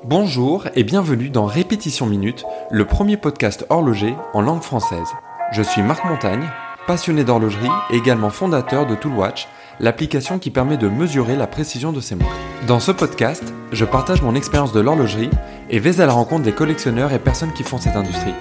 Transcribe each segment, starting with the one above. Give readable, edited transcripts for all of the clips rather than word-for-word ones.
Bonjour et bienvenue dans Répétition Minute, le premier podcast horloger en langue française. Je suis Marc Montagne, passionné d'horlogerie et également fondateur de Toolwatch, l'application qui permet de mesurer la précision de ses montres. Dans ce podcast, je partage mon expérience de l'horlogerie et vais à la rencontre des collectionneurs et personnes qui font cette industrie.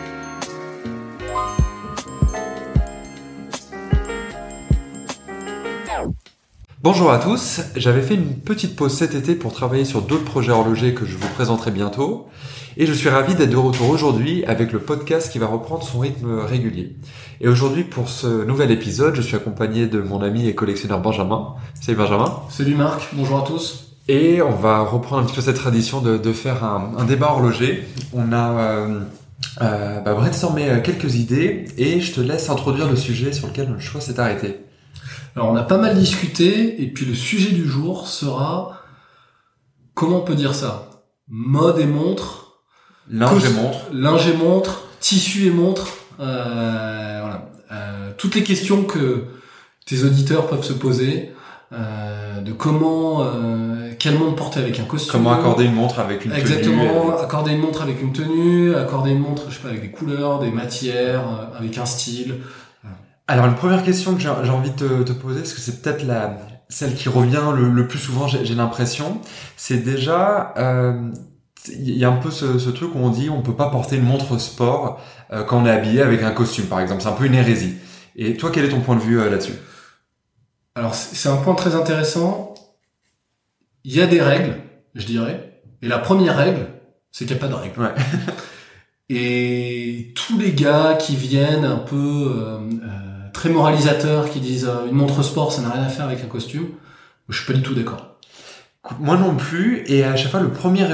Bonjour à tous, j'avais fait une petite pause cet été pour travailler sur d'autres projets horlogers que je vous présenterai bientôt et je suis ravi d'être de retour aujourd'hui avec le podcast qui va reprendre son rythme régulier. Et aujourd'hui pour ce nouvel épisode, je suis accompagné de mon ami et collectionneur Benjamin. Salut Benjamin. Salut Marc, bonjour à tous. Et on va reprendre un petit peu cette tradition de faire un débat horloger. On a brainstormé quelques idées et je te laisse introduire le sujet sur lequel le choix s'est arrêté. Alors on a pas mal discuté et puis le sujet du jour sera, comment on peut dire ça, mode et montre, linge et montre, tissu et montre, voilà. Toutes les questions que tes auditeurs peuvent se poser, de comment, quelle montre porter avec un costume. Comment accorder une montre avec une tenue. Exactement, accorder une montre avec une tenue, accorder une montre, je sais pas, avec des couleurs, des matières, avec un style. Alors une première question que j'ai envie de te poser, parce que c'est peut-être celle qui revient le plus souvent, j'ai l'impression, c'est déjà, il y a un peu ce truc où on dit on peut pas porter une montre sport quand on est habillé avec un costume par exemple, c'est un peu une hérésie. Et toi, quel est ton point de vue là-dessus? Alors c'est un point très intéressant. Il y a des règles, je dirais, et la première règle, c'est qu'il n'y a pas de règle. Ouais. Et tous les gars qui viennent un peu très moralisateurs, qui disent une montre sport, ça n'a rien à faire avec un costume, je suis pas du tout d'accord. Moi non plus, et à chaque fois le premier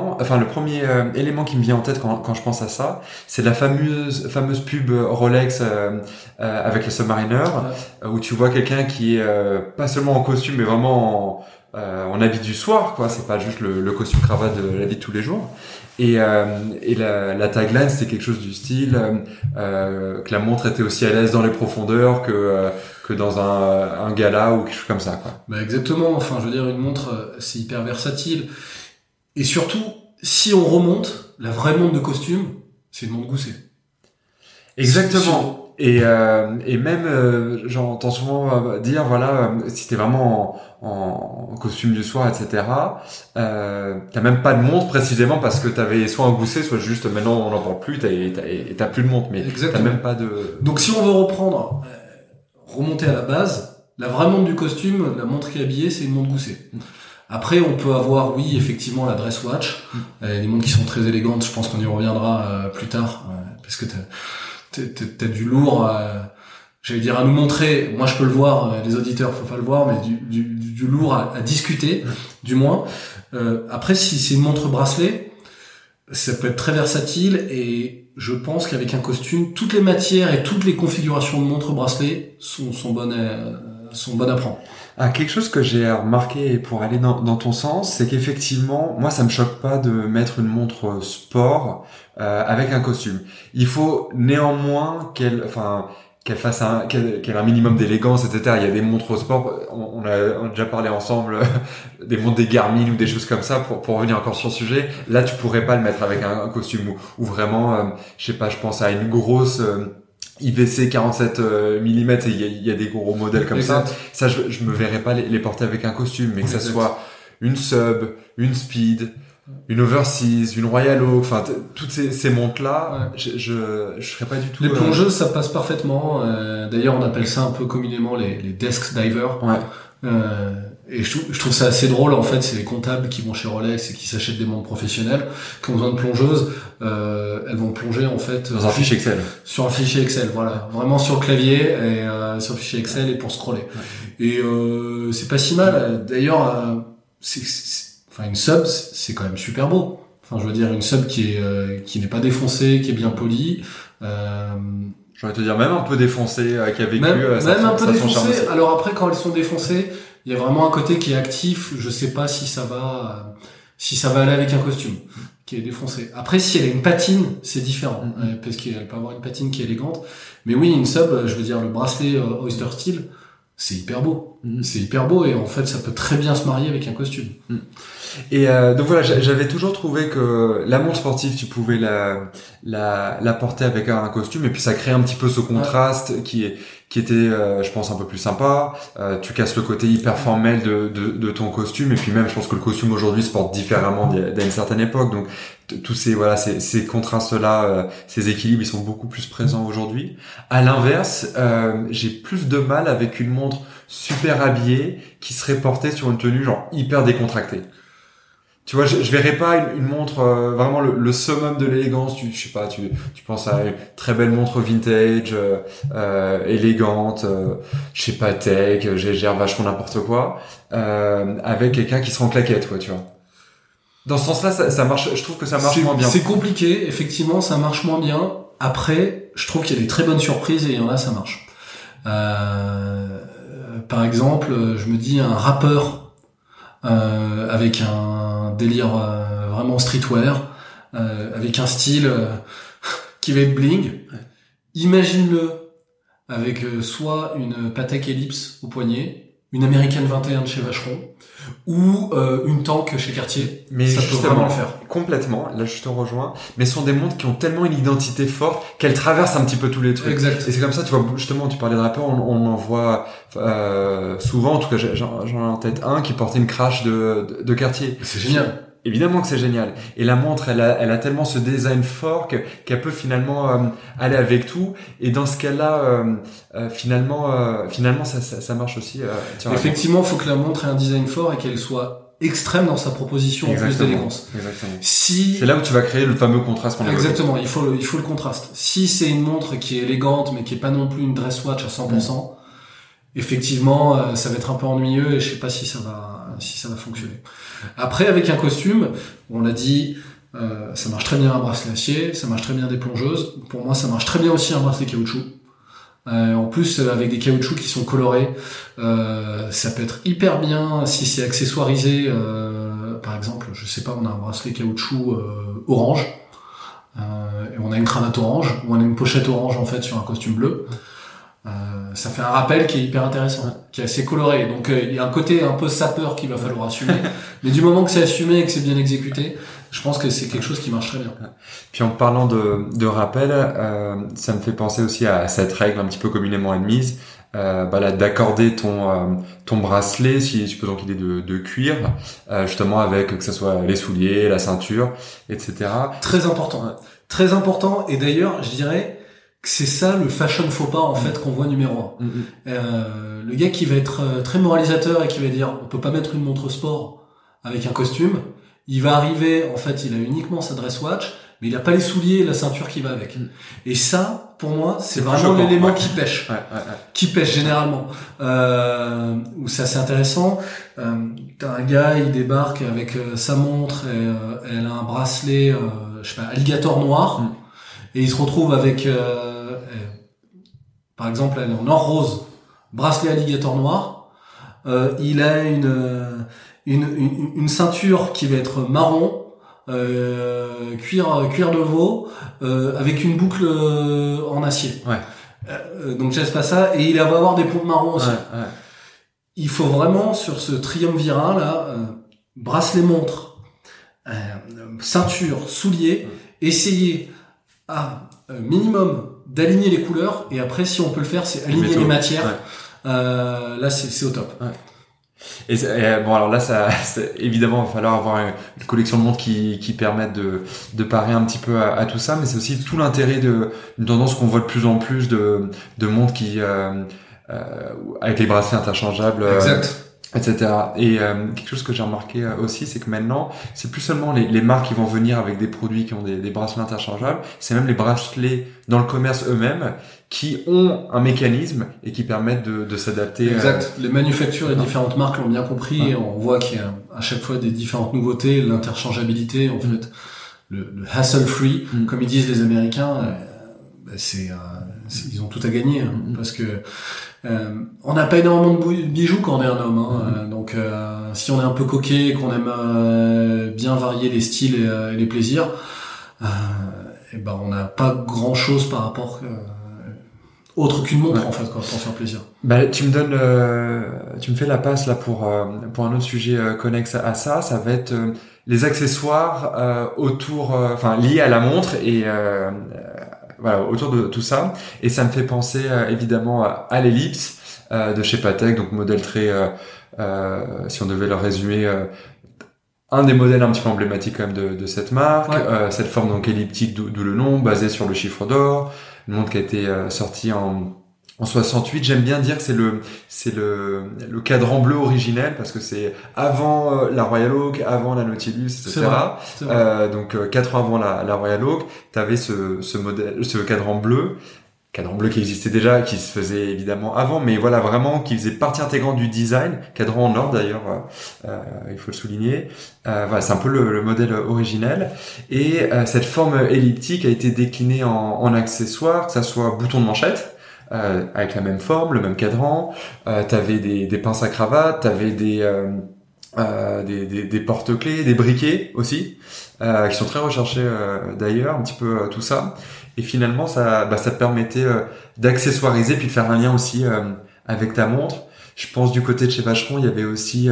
élément qui me vient en tête quand je pense à ça, c'est la fameuse pub Rolex avec le Submariner, où tu vois quelqu'un qui est pas seulement en costume, mais vraiment en habit du soir, quoi. C'est pas juste le costume cravate de la vie de tous les jours. Et la tagline, c'était quelque chose du style que la montre était aussi à l'aise dans les profondeurs que dans un gala ou quelque chose comme ça, quoi. Bah exactement. Enfin, je veux dire, une montre, c'est hyper versatile. Et surtout, si on remonte, la vraie montre de costume, c'est une montre Gousset. Exactement. Et même, j'entends souvent dire, voilà, si t'es vraiment en costume du soir, etc., t'as même pas de montre précisément parce que t'avais soit un gousset, soit juste maintenant on n'en porte plus, t'as plus de montre, mais exactement. T'as même pas de... Donc si on veut remonter à la base, la vraie montre du costume, la montre qui est habillée, c'est une montre Gousset. Après, on peut avoir, oui, effectivement, la dress watch, des montres qui sont très élégantes, je pense qu'on y reviendra plus tard, parce que t'as du lourd, j'allais dire à nous montrer, moi je peux le voir, les auditeurs faut pas le voir, mais du lourd à discuter, du moins. Après, si c'est une montre bracelet, ça peut être très versatile et je pense qu'avec un costume, toutes les matières et toutes les configurations de montre bracelet sont bonnes à prendre. Ah, quelque chose que j'ai remarqué pour aller dans ton sens, c'est qu'effectivement, moi ça me choque pas de mettre une montre sport avec un costume. Il faut néanmoins qu'elle ait un minimum d'élégance, etc. Il y a des montres sport, on a déjà parlé ensemble des montres des Garmin ou des choses comme ça pour revenir encore sur le sujet. Là, tu pourrais pas le mettre avec un costume ou vraiment, je sais pas, je pense à une grosse IVC 47 mm, il y a des gros modèles comme exact. Ça je me verrais pas les porter avec un costume, mais que exact. Ça soit une Sub, une Speed, une Overseas, une Royal Oak, enfin toutes ces montres là, ouais. je serais pas du tout. Les plongeuses ça passe parfaitement. D'ailleurs on appelle ça un peu communément les desk divers. Ouais. Et je trouve ça assez drôle en fait, c'est les comptables qui vont chez Rolex et qui s'achètent des montres professionnelles, qui ont besoin de plongeuses, elles vont plonger en fait dans un fichier Excel. Sur un fichier Excel, voilà, vraiment sur le clavier et sur le fichier Excel et pour scroller. Ouais. Et c'est pas si mal. D'ailleurs, une sub, c'est quand même super beau. Enfin, je veux dire une sub qui n'est pas défoncée, qui est bien polie. J'ai envie de te dire même un peu défoncée, qui a vécu même un peu défoncée. Alors après, quand elles sont défoncées, il y a vraiment un côté qui est actif. Je sais pas si ça va aller avec un costume qui est défoncé. Après, si elle a une patine, c'est différent, parce qu'elle peut avoir une patine qui est élégante. Mais oui, une sub, je veux dire le bracelet Oyster Steel, c'est hyper beau. C'est hyper beau et en fait, ça peut très bien se marier avec un costume. Et donc voilà, j'avais toujours trouvé que la montre sportive, tu pouvais la porter avec un costume et puis ça crée un petit peu ce contraste qui était, je pense, un peu plus sympa. Tu casses le côté hyper formel de ton costume et puis même, je pense que le costume aujourd'hui se porte différemment d'à une certaine époque. Donc tous ces contrastes-là, ces équilibres, ils sont beaucoup plus présents aujourd'hui. À l'inverse, j'ai plus de mal avec une montre super habillée qui serait portée sur une tenue genre hyper décontractée. Tu vois, je verrais pas une montre vraiment le summum de l'élégance. Je sais pas, tu penses à une très belle montre vintage, élégante, je sais pas, tech, gère vachement n'importe quoi, avec quelqu'un qui sera en claquette, quoi, tu vois. Dans ce sens-là, ça marche. Je trouve que ça marche moins bien. C'est compliqué, effectivement, ça marche moins bien. Après, je trouve qu'il y a des très bonnes surprises et il y en a, ça marche. Par exemple, je me dis un rappeur avec un délire vraiment streetwear, avec un style qui va être bling. Imagine-le avec soit une Patek Ellipse au poignet, une American 21 de chez Vacheron, ou une Tank chez Cartier. Mais ça peut vraiment le faire. Complètement, là je te rejoins. Mais ce sont des montres qui ont tellement une identité forte qu'elles traversent un petit peu tous les trucs. Exact. Et c'est comme ça, tu vois, justement, tu parlais de rappeurs, on en voit souvent, en tout cas j'en ai en tête un qui portait une crash de Cartier. C'est génial. Évidemment que c'est génial. Et la montre, elle a tellement ce design fort qu'elle peut finalement aller avec tout. Et dans ce cas-là, finalement, ça marche aussi. Effectivement, il faut que la montre ait un design fort et qu'elle soit extrême dans sa proposition. Exactement. En plus d'élégance. Exactement. C'est là où tu vas créer le fameux contraste qu'on a. Exactement. Il faut le contraste. Si c'est une montre qui est élégante mais qui est pas non plus une dress watch à 100%, effectivement, ça va être un peu ennuyeux et je sais pas si ça va fonctionner. Après, avec un costume, on l'a dit, ça marche très bien un bracelet acier, ça marche très bien des plongeuses. Pour moi, ça marche très bien aussi un bracelet caoutchouc. En plus, avec des caoutchoucs qui sont colorés, ça peut être hyper bien si c'est accessoirisé. Par exemple, je sais pas, on a un bracelet caoutchouc orange, et on a une cravate orange, ou on a une pochette orange en fait sur un costume bleu. Ça fait un rappel qui est hyper intéressant, qui est assez coloré. Donc il y a un côté un peu sapeur qu'il va falloir assumer. Mais du moment que c'est assumé et que c'est bien exécuté, je pense que c'est quelque chose qui marche très bien. Puis en parlant de rappel, ça me fait penser aussi à cette règle un petit peu communément admise, d'accorder ton bracelet, si tu peux, donc il est de cuir, justement avec que ce soit les souliers, la ceinture, etc. Très important. Très important. Et d'ailleurs, je dirais c'est ça le fashion faux pas en fait qu'on voit numéro 1. Le gars qui va être très moralisateur et qui va dire on peut pas mettre une montre sport avec un costume, il va arriver, en fait il a uniquement sa dress watch, mais il a pas les souliers et la ceinture qui va avec. Et ça, pour moi, c'est vraiment l'élément qui pêche. Qui pêche généralement. Où c'est assez intéressant. T'as un gars, il débarque avec sa montre et elle a un bracelet, je sais pas, alligator noir. Et il se retrouve avec, par exemple, elle est en or rose, bracelet alligator noir. Il a une ceinture qui va être marron, cuir de veau, avec une boucle en acier. Donc j'aime pas ça. Et il va avoir des pompes marron aussi. Il faut vraiment sur ce triumvirat là, bracelet montre, ceinture, souliers, essayer minimum d'aligner les couleurs et après si on peut le faire c'est aligner les matières. Là c'est au top. Et bon alors là évidemment il va falloir avoir une collection de montres qui permettent de parer un petit peu à tout ça, mais c'est aussi tout l'intérêt d'une tendance qu'on voit de plus en plus de montres qui avec les bracelets interchangeables. Exact. Etc. Et quelque chose que j'ai remarqué aussi, c'est que maintenant, c'est plus seulement les marques qui vont venir avec des produits qui ont des bracelets interchangeables, c'est même les bracelets dans le commerce eux-mêmes qui ont un mécanisme et qui permettent de s'adapter. Exact. Les manufactures et différentes marques l'ont bien compris et on voit qu'il y a à chaque fois des différentes nouveautés, l'interchangeabilité, en fait, le hassle-free, comme ils disent les Américains, ils ont tout à gagner, parce que on n'a pas énormément de bijoux quand on est un homme, donc si on est un peu coquet, qu'on aime bien varier les styles et les plaisirs, on n'a pas grand chose par rapport autre qu'une montre en fait, quoi, pour se faire plaisir. Bah, tu me fais la passe là pour un autre sujet connexe à ça. Ça va être les accessoires autour, liés à la montre et voilà, autour de tout ça. Et ça me fait penser évidemment à l'Ellipse de chez Patek, donc modèle très, si on devait le résumer, un des modèles un petit peu emblématiques quand même de cette marque, cette forme donc elliptique, d'où le nom, basée sur le chiffre d'or, une montre qui a été sortie en 68. J'aime bien dire que c'est le cadran bleu originel parce que c'est avant la Royal Oak, avant la Nautilus, etc. C'est vrai. Donc 4 ans avant la Royal Oak, t'avais ce modèle, ce cadran bleu qui existait déjà, qui se faisait évidemment avant, mais voilà vraiment qui faisait partie intégrante du design. Cadran en or d'ailleurs, il faut le souligner. Voilà, c'est un peu le modèle originel. Et cette forme elliptique a été déclinée en accessoires, que ça soit bouton de manchette. Avec la même forme, le même cadran, t'avais des pinces à cravate, t'avais des porte-clés, des briquets aussi, qui sont très recherchés d'ailleurs, un petit peu tout ça. Et finalement, ça te permettait d'accessoiriser puis de faire un lien aussi avec ta montre. Je pense du côté de chez Vacheron, il y avait aussi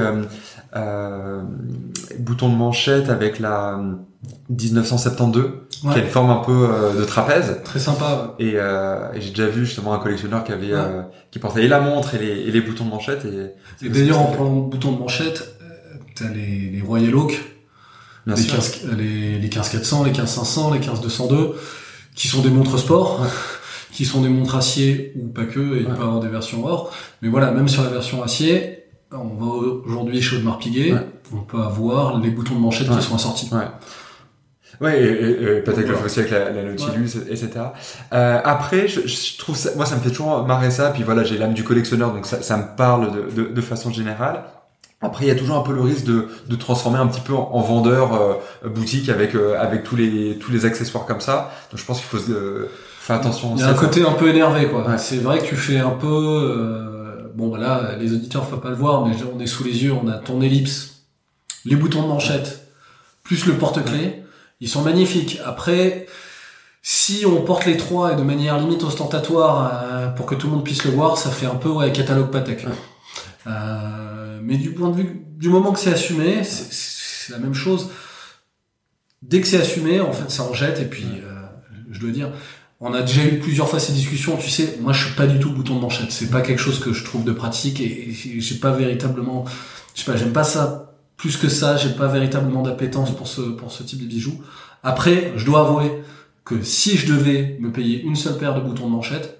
bouton de manchette avec la 1972, qui a une forme un peu de trapèze. Très sympa. Et j'ai déjà vu justement un collectionneur qui avait qui portait et la montre et les boutons de manchette. Et d'ailleurs, en parlant de boutons de manchette, t'as les Royal Oak, les 15, les 15-400, les 15-500, les 15-202, qui sont des montres sport, qui sont des montres acier ou pas que, et il peut avoir des versions or. Mais voilà, même sur la version acier, on va aujourd'hui chez Audemars Piguet, on peut avoir les boutons de manchette qui sont assortis. Ouais, et peut-être que le fait aussi avec la Nautilus, etc. Après, je trouve ça, moi ça me fait toujours marrer ça, puis voilà, j'ai l'âme du collectionneur, donc ça me parle de façon générale. Après, il y a toujours un peu le risque de transformer un petit peu en vendeur boutique avec tous les accessoires comme ça. Donc je pense qu'il faut faire attention. Il y a un côté un peu énervé, quoi. Ouais. C'est vrai que tu fais un peu bon voilà, les auditeurs faut pas le voir, mais on est sous les yeux, on a ton ellipse, les boutons de manchette, plus le porte-clés. Ils sont magnifiques. Après, si on porte les trois et de manière limite ostentatoire pour que tout le monde puisse le voir, ça fait un peu catalogue Patek. Mais du point de vue, du moment que c'est assumé, c'est la même chose. Dès que c'est assumé, en fait, ça en jette. Et puis, je dois dire, on a déjà eu plusieurs fois ces discussions. Tu sais, moi, je suis pas du tout bouton de manchette. C'est pas quelque chose que je trouve de pratique et j'ai pas véritablement, je sais pas, j'aime pas ça. Plus que ça, j'ai pas véritablement d'appétence pour ce type de bijoux. Après, je dois avouer que si je devais me payer une seule paire de boutons de manchette,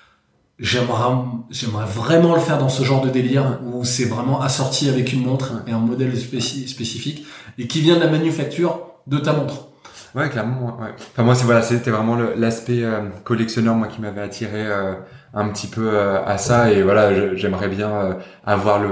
j'aimerais vraiment le faire dans ce genre de délire où c'est vraiment assorti avec une montre et un modèle spécifique et qui vient de la manufacture de ta montre. Ouais, clairement. Ouais. Enfin moi c'était vraiment l'aspect collectionneur moi qui m'avait attiré un petit peu à ça et voilà, j'aimerais bien avoir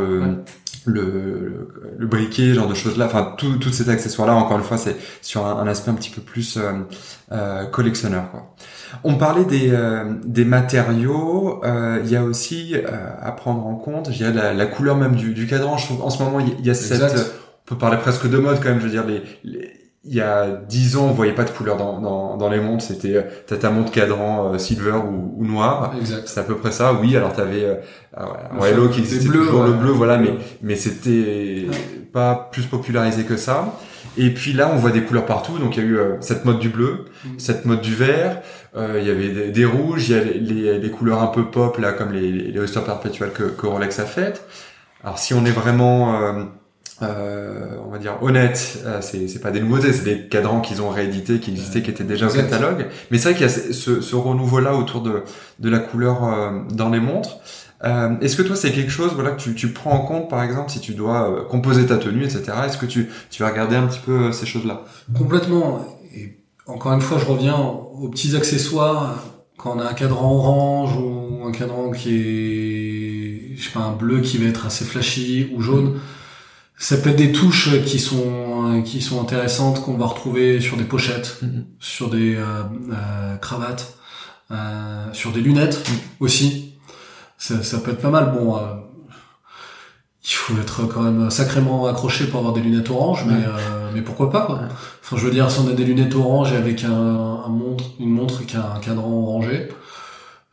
le briquet, genre de choses là, enfin tous ces accessoires là, encore une fois c'est sur un aspect un petit peu plus collectionneur quoi. On parlait des matériaux, il y a aussi à prendre en compte, je dirais la couleur même du cadran. Je trouve en ce moment il y a cette, on peut parler presque de mode quand même, je veux dire il y a 10 ans, on voyait pas de couleur dans les montres. C'était t'as ta montre cadran silver ou noir. Exact. C'est à peu près ça. Oui, alors t'avais Royal Oak qui existait toujours le bleu, voilà, mais c'était pas plus popularisé que ça. Et puis là, on voit des couleurs partout. Donc il y a eu cette mode du bleu, cette mode du vert. Il y avait des rouges. Il y a les couleurs un peu pop là, comme les Oyster Perpetual que Rolex a fait. Alors si on est vraiment on va dire honnête, c'est pas des nouveautés, c'est des cadrans qu'ils ont réédités, qui existaient, qui étaient déjà au catalogue. Mais c'est vrai qu'il y a ce renouveau-là autour de la couleur dans les montres. Est-ce que toi c'est quelque chose voilà que tu prends en compte par exemple si tu dois composer ta tenue, etc. Est-ce que tu vas regarder un petit peu ces choses-là? Complètement. Et encore une fois, je reviens aux petits accessoires. Quand on a un cadran orange ou un cadran qui est, je sais pas, un bleu qui va être assez flashy ou jaune. Ça peut être des touches qui sont intéressantes qu'on va retrouver sur des pochettes, sur des cravates, sur des lunettes aussi. Ça peut être pas mal. Bon, il faut être quand même sacrément accroché pour avoir des lunettes oranges, mais pourquoi pas quoi. Enfin, je veux dire, si on a des lunettes oranges et avec une montre qui a un cadran orangé,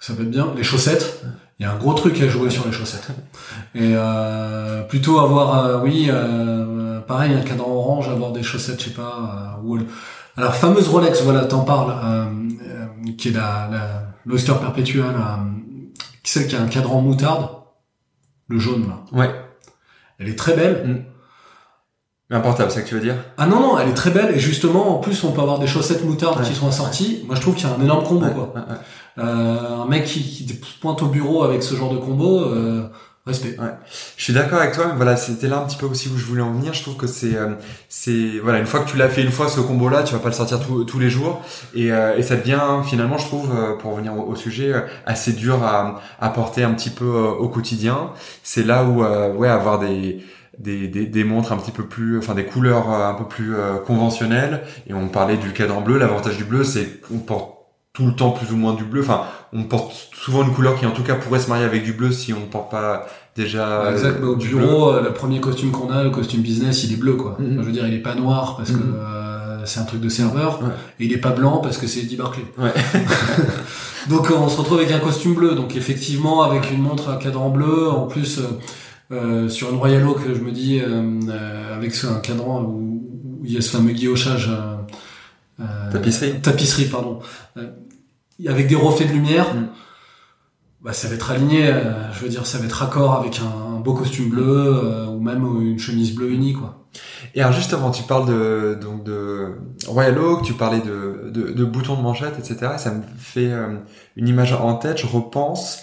Ça peut être bien. Les chaussettes, il y a un gros truc à jouer sur les chaussettes. Et plutôt avoir, pareil, un cadran orange, avoir des chaussettes, je sais pas, alors fameuse Rolex, voilà, t'en parles, qui est l'Oyster Perpetual, celle qui a un cadran moutarde, le jaune là. Ouais. Elle est très belle. Un portable, c'est ça que tu veux dire? Ah non, elle est très belle, et justement, en plus, on peut avoir des chaussettes moutardes qui sont assorties. Moi, je trouve qu'il y a un énorme combo, quoi. Un mec qui pointe au bureau avec ce genre de combo, respect. Ouais. Je suis d'accord avec toi, mais voilà, c'était là un petit peu aussi où je voulais en venir. Je trouve que c'est voilà, une fois que tu l'as fait une fois, ce combo-là, tu vas pas le sortir tous les jours, et ça devient finalement, je trouve, pour revenir au sujet, assez dur à porter un petit peu au quotidien. C'est là où, avoir des montres un petit peu plus, enfin des couleurs un peu plus conventionnelles. Et on parlait du cadran bleu. L'avantage du bleu, c'est qu'on porte tout le temps plus ou moins du bleu. Enfin, on porte souvent une couleur qui en tout cas pourrait se marier avec du bleu si on ne porte pas déjà. Exact. Au bureau, le premier costume qu'on a, le costume business, il est bleu, quoi. Je veux dire, il est pas noir parce que c'est un truc de serveur, et il est pas blanc parce que c'est Eddie Barclay. Ouais. Donc on se retrouve avec un costume bleu. Donc effectivement, avec une montre à cadran bleu, en plus. Sur une Royal Oak, je me dis, avec un cadran où il y a ce fameux guillochage, tapisserie, pardon, avec des reflets de lumière, bah, ça va être aligné, je veux dire, ça va être raccord avec un beau costume bleu, ou même une chemise bleue unie, quoi. Et alors justement, tu parles de Royal Oak, tu parlais de boutons de manchette, etc. Et ça me fait une image en tête. Je repense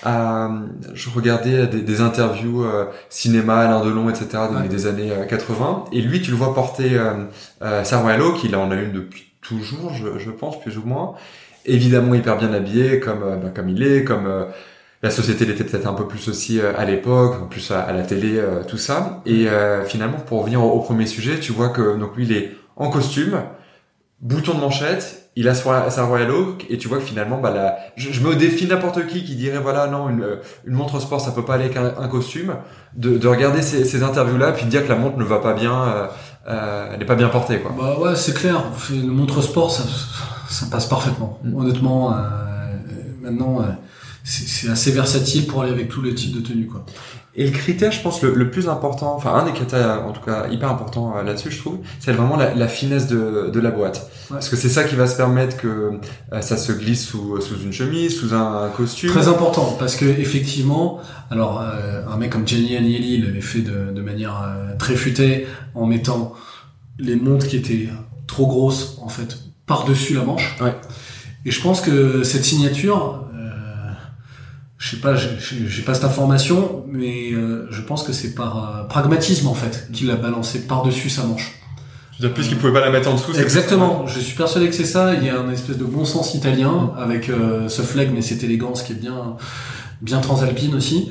je regardais des interviews cinéma, Alain Delon, etc. des années 80. Et lui, tu le vois porter sa Royal Oak. Il en a une depuis toujours, je pense, plus ou moins. Évidemment, hyper bien habillé, comme il est, comme la société l'était peut-être un peu plus aussi à l'époque, en plus à la télé, tout ça. Et finalement, pour revenir au premier sujet, tu vois que donc lui, il est en costume, bouton de manchette, il a sa Royal Oak, et tu vois que finalement, je me défie n'importe qui dirait voilà, non, une montre sport, ça peut pas aller avec un costume, de regarder ces interviews-là, puis de dire que la montre ne va pas bien, elle est pas bien portée, quoi. Bah ouais, c'est clair. Une montre sport, ça passe parfaitement. Honnêtement, maintenant, c'est assez versatile pour aller avec tous les types de tenues, quoi. Et le critère, je pense, le plus important, enfin un des critères en tout cas hyper important là-dessus, je trouve, c'est vraiment la finesse de la boîte. Ouais. Parce que c'est ça qui va se permettre que ça se glisse sous une chemise, sous un costume. Très important, parce que effectivement, alors un mec comme Gianni Agnelli l'avait fait de manière très futée, en mettant les montres qui étaient trop grosses, en fait, par-dessus la manche. Ouais. Et je pense que cette signature... je sais pas, j'ai pas cette information, mais je pense que c'est par pragmatisme en fait qu'il l'a balancé par-dessus sa manche. Je veux dire, plus qu'il pouvait pas la mettre en dessous. Exactement. Je suis persuadé que c'est ça. Il y a un espèce de bon sens italien avec ce flegme et cette élégance qui est bien transalpine aussi.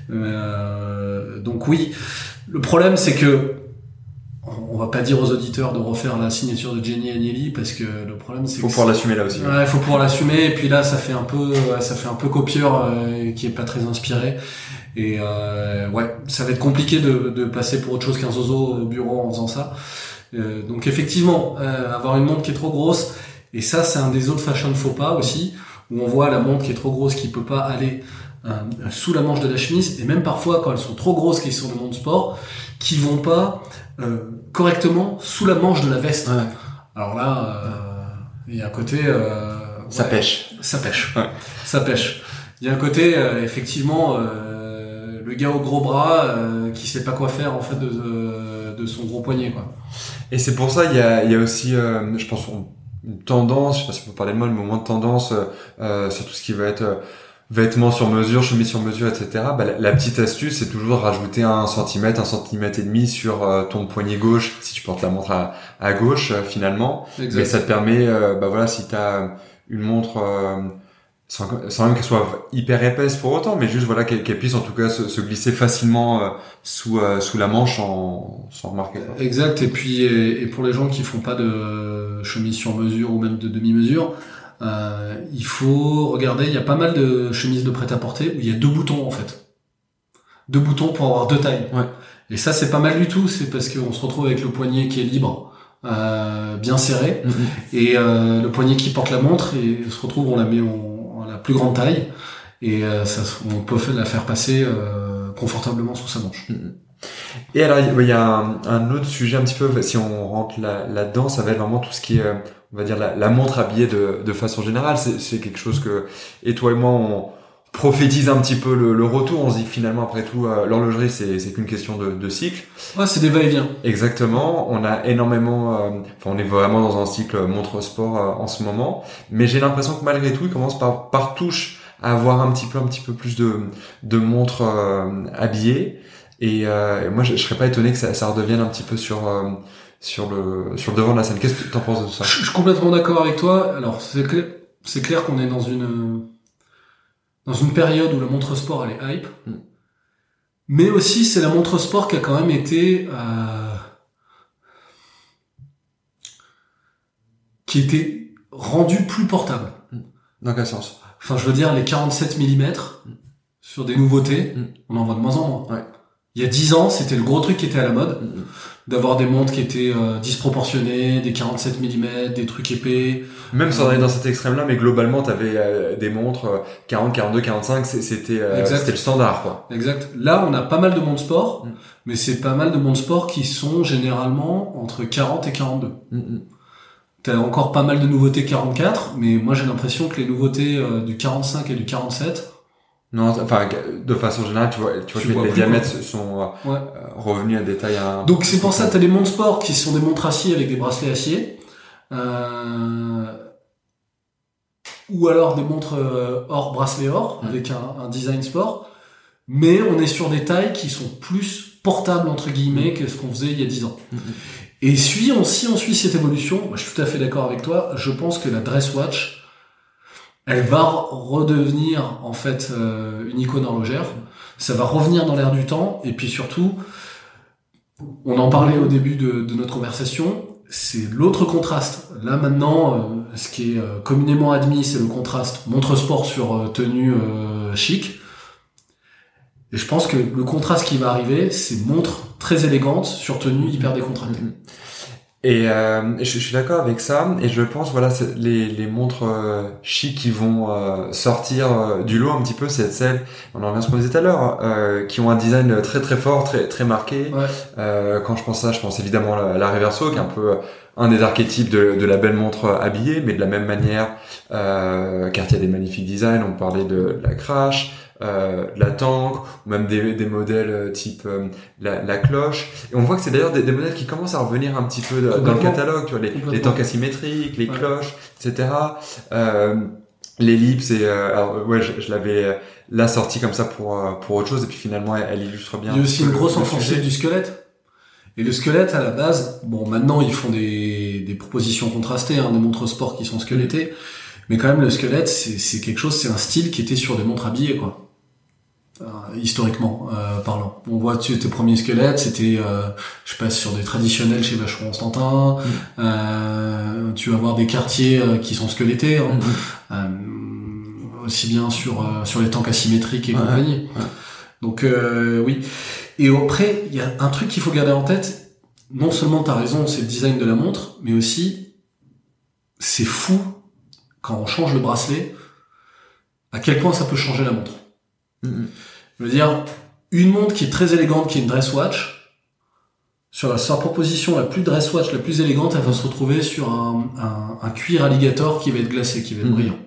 Donc oui. Le problème, c'est que on va pas dire aux auditeurs de refaire la signature de Gianni Agnelli parce que le problème c'est faut pouvoir l'assumer là aussi. Ouais, faut pouvoir l'assumer, et puis là ça fait un peu copieur qui est pas très inspiré, et ça va être compliqué de passer pour autre chose qu'un zozo au bureau en faisant ça. Donc effectivement, avoir une montre qui est trop grosse, et ça c'est un des autres fashion faux pas aussi, où on voit la montre qui est trop grosse qui peut pas aller sous la manche de la chemise, et même parfois quand elles sont trop grosses qui sont de montres sport, qui vont pas correctement sous la manche de la veste. Ouais. Alors là, il y a un côté... ça pêche. Ça pêche. Ouais. Ça pêche. Il y a un côté, effectivement, le gars au gros bras qui sait pas quoi faire en fait de son gros poignet, quoi. Et c'est pour ça il y a aussi, je pense, une tendance, je sais pas si on peut parler de mode, mais au moins de tendance sur tout ce qui va être... vêtements sur mesure, chemise sur mesure, etc. La petite astuce, c'est toujours rajouter 1 centimètre, 1,5 centimètre sur ton poignet gauche, si tu portes la montre à gauche, finalement. Exact. Mais ça te permet, si t'as une montre, sans même qu'elle soit hyper épaisse pour autant, mais juste, qu'elle puisse en tout cas se glisser facilement sous la manche sans remarquer, quoi. Exact. Et puis, et pour les gens qui font pas de chemise sur mesure ou même de demi-mesure, il faut regarder, il y a pas mal de chemises de prêt-à-porter où il y a 2 boutons en fait. 2 boutons pour avoir 2 tailles. Ouais. Et ça c'est pas mal du tout, c'est parce qu'on se retrouve avec le poignet qui est libre, bien serré, et le poignet qui porte la montre, et on se retrouve, on la la plus grande taille, et on peut la faire passer confortablement sous sa manche. Et alors il y a un autre sujet un petit peu, si on rentre là-dedans, ça va être vraiment tout ce qui est, on va dire la montre habillée de façon générale. C'est quelque chose que, et toi et moi, on prophétise un petit peu le retour. On se dit que finalement, après tout, l'horlogerie, c'est qu'une question de cycle. Ouais, c'est des va-et-vient. Exactement. On a énormément, on est vraiment dans un cycle montre sport en ce moment. Mais j'ai l'impression que malgré tout, il commence par touche à avoir un petit peu plus de montres habillées. Et moi, je serais pas étonné que ça redevienne un petit peu sur le devant de la scène. Qu'est-ce que tu en penses de ça? Je suis complètement d'accord avec toi. Alors, c'est clair qu'on est dans une période où la montre sport, elle est hype. Mais aussi, c'est la montre sport qui a quand même été qui était rendue plus portable. Dans quel sens? Enfin, je veux dire, les 47 mm sur des nouveautés, on en voit de moins en moins. Ouais. Il y a 10 ans, c'était le gros truc qui était à la mode, d'avoir des montres qui étaient disproportionnées, des 47 mm, des trucs épais. Même sans aller dans cet extrême-là, mais globalement, t'avais des montres 40, 42, 45, c'était le standard, quoi. Exact. Là, on a pas mal de montres sport, mais c'est pas mal de montres sport qui sont généralement entre 40 et 42. T'as encore pas mal de nouveautés 44, mais moi j'ai l'impression que les nouveautés du 45 et du 47... Non, enfin, de façon générale, tu vois que les diamètres sont revenus à des tailles... Donc c'est pour ça que t'as des montres sport qui sont des montres acier avec des bracelets acier, ou alors des montres hors bracelet or, avec un design sport, mais on est sur des tailles qui sont plus portables, entre guillemets, que ce qu'on faisait il y a 10 ans. Et si on suit cette évolution, moi, je suis tout à fait d'accord avec toi, je pense que la dress watch, elle va redevenir en fait une icône horlogère. Ça va revenir dans l'air du temps, et puis surtout, on en parlait au début de notre conversation, c'est l'autre contraste. Là maintenant, ce qui est communément admis, c'est le contraste montre sport sur tenue chic. Et je pense que le contraste qui va arriver, c'est montre très élégante sur tenue hyper décontractée. Et je suis d'accord avec ça, et je pense c'est les montres chic qui vont sortir du lot un petit peu, c'est celles, on en revient à ce qu'on disait tout à l'heure, qui ont un design très très fort, très très marqué. Quand je pense ça, je pense évidemment à la Reverso, qui est un peu un des archétypes de la belle montre habillée, mais de la même manière, Cartier a des magnifiques designs. On parlait de la Crash, de la Tank, ou même des modèles type la Cloche. Et on voit que c'est d'ailleurs des modèles qui commencent à revenir un petit peu dans le catalogue, tu vois, les Tanks asymétriques, les cloches, etc. L'ellipse, je l'avais là sorti comme ça pour autre chose, et puis finalement elle illustre bien. Il y a aussi une grosse enfoncée du squelette. Et le squelette, à la base, bon, maintenant, ils font des propositions contrastées, des montres sport qui sont squelettées. Mais quand même, le squelette, c'est quelque chose, c'est un style qui était sur des montres habillées, quoi. Historiquement, parlant. On voit, tes premiers squelettes, c'était, je passe sur des traditionnels chez Vacheron Constantin. Tu vas voir des quartiers qui sont squelettés, aussi bien sur les tanks asymétriques et compagnie. Donc, oui. Et après, il y a un truc qu'il faut garder en tête. Non seulement t'as raison, c'est le design de la montre, mais aussi, c'est fou, quand on change le bracelet, à quel point ça peut changer la montre. Je veux dire, une montre qui est très élégante, qui est une dress watch, sur sa proposition la plus dress watch, la plus élégante, elle va se retrouver sur un cuir alligator qui va être glacé, qui va être brillant.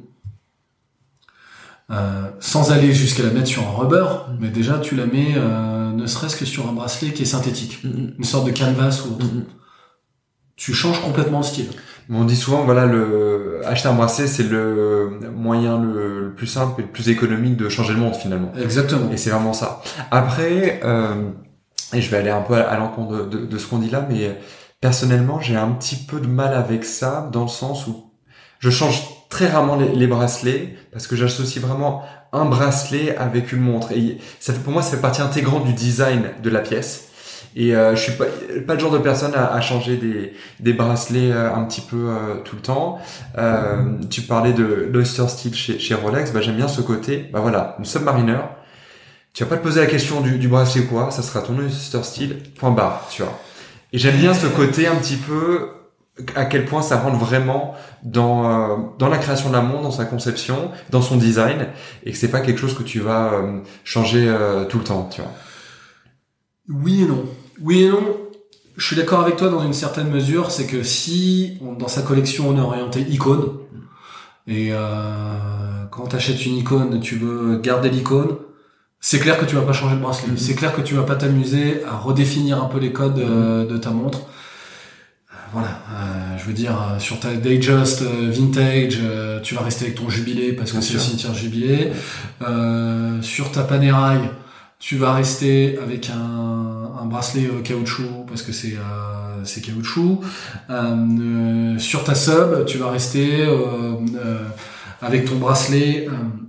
Sans aller jusqu'à la mettre sur un rubber, mais déjà tu la mets ne serait-ce que sur un bracelet qui est synthétique, une sorte de canvas ou autre. Tu changes complètement le style. On dit souvent, acheter un bracelet, c'est le moyen le plus simple et le plus économique de changer le monde finalement. Exactement. Et c'est vraiment ça. Après, et je vais aller un peu à l'encontre de ce qu'on dit là, mais personnellement, j'ai un petit peu de mal avec ça, dans le sens où je change très rarement les bracelets, parce que j'associe vraiment un bracelet avec une montre. Et pour moi, ça fait partie intégrante du design de la pièce. Et je suis pas le genre de personne à changer des bracelets un petit peu tout le temps. Tu parlais de l'Oyster Steel chez Rolex, j'aime bien ce côté. Une Submariner. Tu vas pas te poser la question du bracelet quoi, ça sera ton Oyster Steel, point barre, tu vois. Et j'aime bien ce côté un petit peu à quel point ça rentre vraiment dans la création de la montre, dans sa conception, dans son design, et que c'est pas quelque chose que tu vas changer tout le temps, tu vois. Oui et non. Je suis d'accord avec toi dans une certaine mesure, c'est que si dans sa collection on est orienté icône, et quand tu achètes une icône, tu veux garder l'icône, c'est clair que tu vas pas changer de bracelet. C'est clair que tu vas pas t'amuser à redéfinir un peu les codes de ta montre. Voilà, je veux dire, sur ta Datejust Vintage, tu vas rester avec ton Jubilé parce que c'est le cimetière Jubilé. Sur ta Panerai, tu vas rester avec un bracelet caoutchouc parce que c'est caoutchouc. Sur ta Sub, tu vas rester avec ton bracelet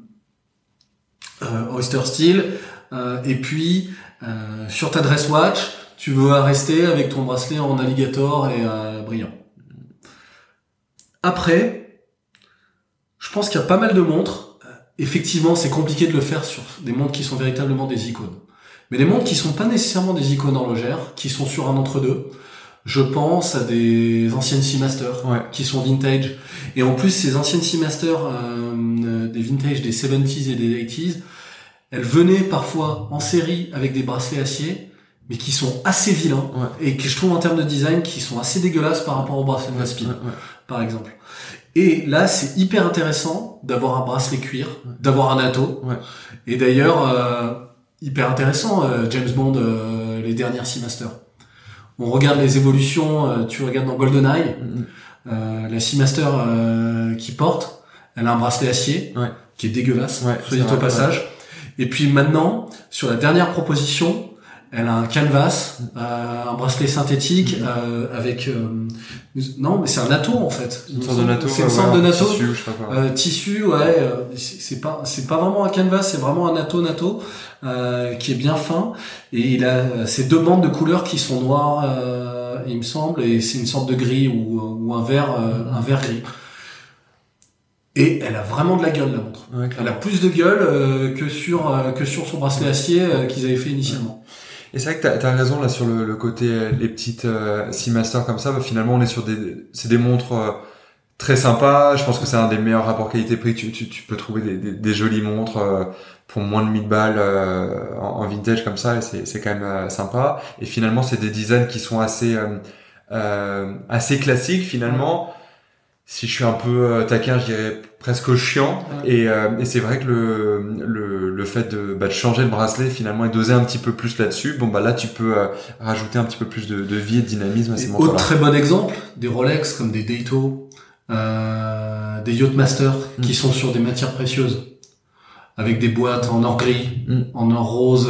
Oyster Steel. Et puis sur ta Dress Watch, tu vas rester avec ton bracelet en alligator et brillant. Après, je pense qu'il y a pas mal de montres. Effectivement, c'est compliqué de le faire sur des montres qui sont véritablement des icônes. Mais des montres qui sont pas nécessairement des icônes horlogères, qui sont sur un entre-deux. Je pense à des anciennes Seamaster qui sont vintage. Et en plus, ces anciennes Seamaster, des vintage des 70s et des 80s, elles venaient parfois en série avec des bracelets acier, mais qui sont assez vilains et que je trouve en termes de design qui sont assez dégueulasses par rapport au bracelet de la Speed, par exemple. Et là, c'est hyper intéressant d'avoir un bracelet cuir, d'avoir un atto. Et d'ailleurs, hyper intéressant, James Bond, les dernières Seamaster. On regarde les évolutions, tu regardes dans GoldenEye, la Seamaster qui porte, elle a un bracelet acier qui est dégueulasse, soit dit au passage. Et puis maintenant, sur la dernière proposition, elle a un canvas, un bracelet synthétique avec non mais c'est un natto en fait. Une sorte de natto. C'est une sorte de natto. Tissu, je sais pas quoi. Tissu, c'est pas vraiment un canvas, c'est vraiment un natto qui est bien fin et il a ces deux bandes de couleurs qui sont noires, il me semble, et c'est une sorte de gris ou un vert gris. Et elle a vraiment de la gueule la montre. Elle a plus de gueule que sur son bracelet acier qu'ils avaient fait initialement. Et c'est vrai que t'as raison là sur le côté les petites Seamaster comme ça. Finalement, on est sur c'est des montres très sympas. Je pense que c'est un des meilleurs rapports qualité-prix. Tu peux trouver des jolies montres pour moins de 1000 balles en vintage comme ça. Et c'est quand même sympa. Et finalement, c'est des designs qui sont assez classiques finalement. Si je suis un peu taquin, je dirais presque chiant. Et c'est vrai que le fait de changer le bracelet finalement et d'oser un petit peu plus là-dessus, là tu peux rajouter un petit peu plus de vie et de dynamisme à ces montres-là. Autre très bon exemple, des Rolex comme des Dato, des Yachtmaster qui sont sur des matières précieuses, avec des boîtes en or gris, en or rose,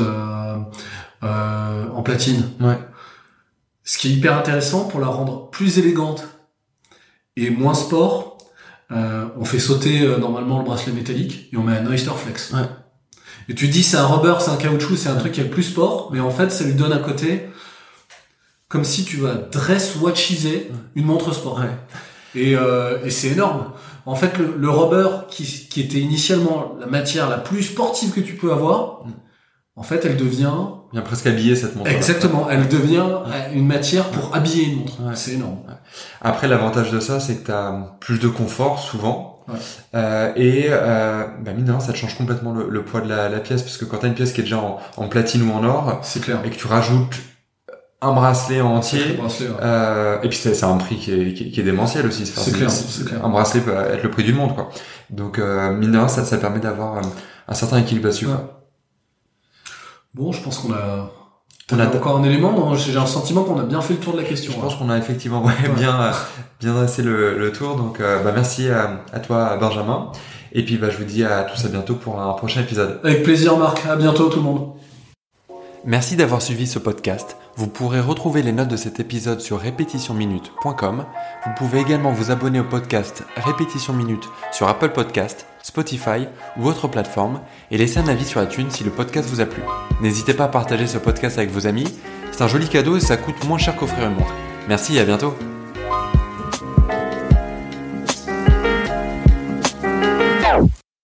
en platine. Ce qui est hyper intéressant pour la rendre plus élégante et moins sport, on fait sauter normalement le bracelet métallique et on met un Oyster Flex. Et tu dis c'est un rubber, c'est un caoutchouc, c'est un truc qui est plus sport, mais en fait ça lui donne un côté comme si tu vas dress watchiser une montre sport. Et c'est énorme. En fait le rubber qui était initialement la matière la plus sportive que tu peux avoir, en fait elle devient vient presque habiller cette montre. Exactement, elle devient une matière pour habiller une montre. C'est énorme. Après, l'avantage de ça, c'est que t'as plus de confort souvent. Mine de rien, ça te change complètement le poids de la pièce, parce que quand t'as une pièce qui est déjà en platine ou en or, c'est clair, et que tu rajoutes un bracelet en entier, et puis c'est un prix qui est démentiel aussi. C'est clair. Un bracelet peut être le prix du monde, quoi. Donc mine de rien, ça permet d'avoir un certain équilibre là-dessus. Bon, je pense qu'on a encore un élément. Non, j'ai un sentiment qu'on a bien fait le tour de la question. Je pense qu'on a effectivement bien dressé le tour. Donc, merci à toi, Benjamin. Et puis, je vous dis à tous à bientôt pour un prochain épisode. Avec plaisir, Marc. À bientôt, tout le monde. Merci d'avoir suivi ce podcast. Vous pourrez retrouver les notes de cet épisode sur répétitionminute.com. Vous pouvez également vous abonner au podcast Répétition Minute sur Apple Podcast, Spotify ou autre plateforme et laisser un avis sur iTunes si le podcast vous a plu. N'hésitez pas à partager ce podcast avec vos amis. C'est un joli cadeau et ça coûte moins cher qu'offrir une montre. Merci et à bientôt.